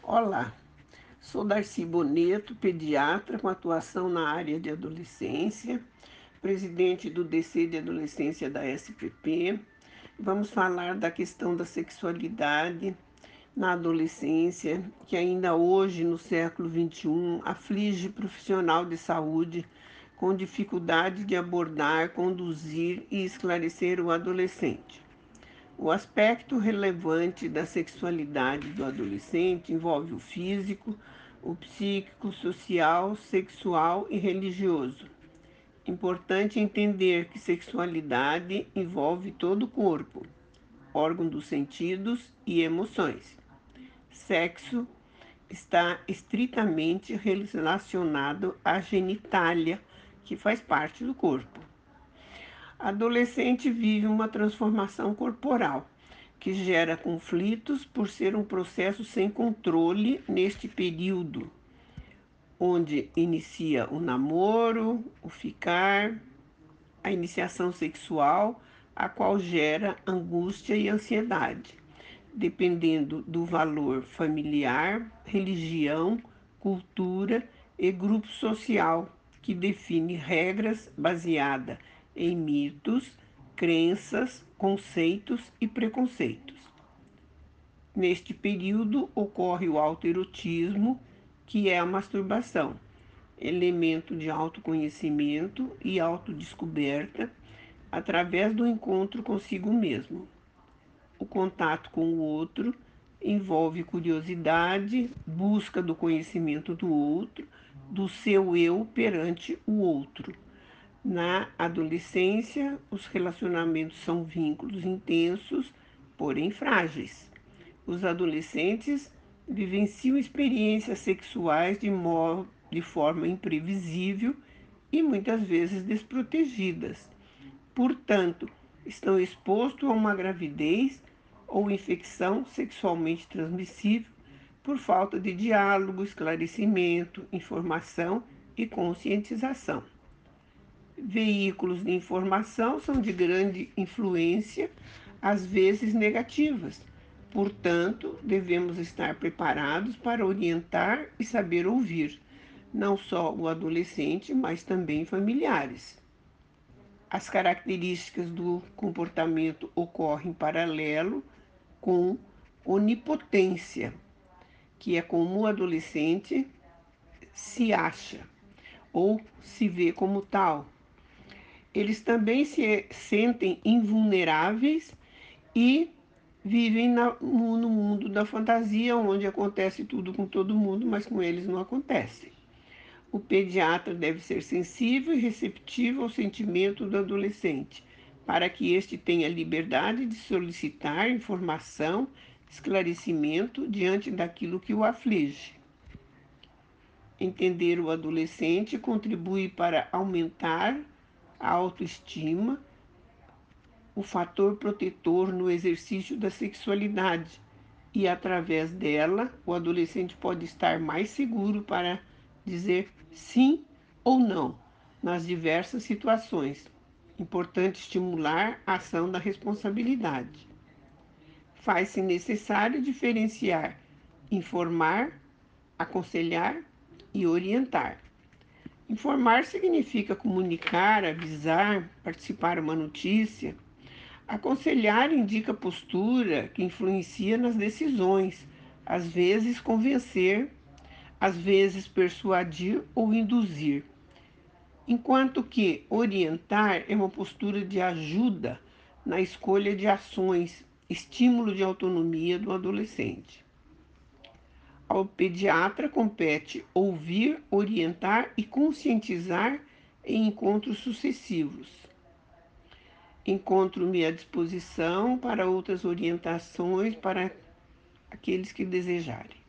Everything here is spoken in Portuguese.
Olá, sou Darcy Boneto, pediatra com atuação na área de adolescência, presidente do DC de Adolescência da SPP. Vamos falar da questão da sexualidade na adolescência, que ainda hoje, no século XXI, aflige profissional de saúde com dificuldade de abordar, conduzir e esclarecer o adolescente. O aspecto relevante da sexualidade do adolescente envolve o físico, o psíquico, social, sexual e religioso. Importante entender que sexualidade envolve todo o corpo, órgão dos sentidos e emoções. Sexo está estritamente relacionado à genitália, que faz parte do corpo. Adolescente vive uma transformação corporal, que gera conflitos por ser um processo sem controle neste período, onde inicia o namoro, o ficar, a iniciação sexual, a qual gera angústia e ansiedade, dependendo do valor familiar, religião, cultura e grupo social, que define regras baseadas em mitos, crenças, conceitos e preconceitos. Neste período ocorre o autoerotismo, que é a masturbação, elemento de autoconhecimento e autodescoberta através do encontro consigo mesmo. O contato com o outro envolve curiosidade, busca do conhecimento do outro, do seu eu perante o outro. Na adolescência, os relacionamentos são vínculos intensos, porém frágeis. Os adolescentes vivenciam experiências sexuais de forma imprevisível e muitas vezes desprotegidas. Portanto, estão expostos a uma gravidez ou infecção sexualmente transmissível por falta de diálogo, esclarecimento, informação e conscientização. Veículos de informação são de grande influência, às vezes negativas. Portanto, devemos estar preparados para orientar e saber ouvir, não só o adolescente, mas também familiares. As características do comportamento ocorrem em paralelo com onipotência, que é como o adolescente se acha ou se vê como tal. Eles também se sentem invulneráveis e vivem no mundo da fantasia, onde acontece tudo com todo mundo, mas com eles não acontece. O pediatra deve ser sensível e receptivo ao sentimento do adolescente, para que este tenha liberdade de solicitar informação, esclarecimento diante daquilo que o aflige. Entender o adolescente contribui para aumentar a autoestima, o fator protetor no exercício da sexualidade, e através dela o adolescente pode estar mais seguro para dizer sim ou não nas diversas situações. Importante estimular a ação da responsabilidade. Faz-se necessário diferenciar, informar, aconselhar e orientar. Informar significa comunicar, avisar, participar de uma notícia. Aconselhar indica postura que influencia nas decisões, às vezes convencer, às vezes persuadir ou induzir. Enquanto que orientar é uma postura de ajuda na escolha de ações, estímulo de autonomia do adolescente. Ao pediatra compete ouvir, orientar e conscientizar em encontros sucessivos. Encontro-me à disposição para outras orientações para aqueles que desejarem.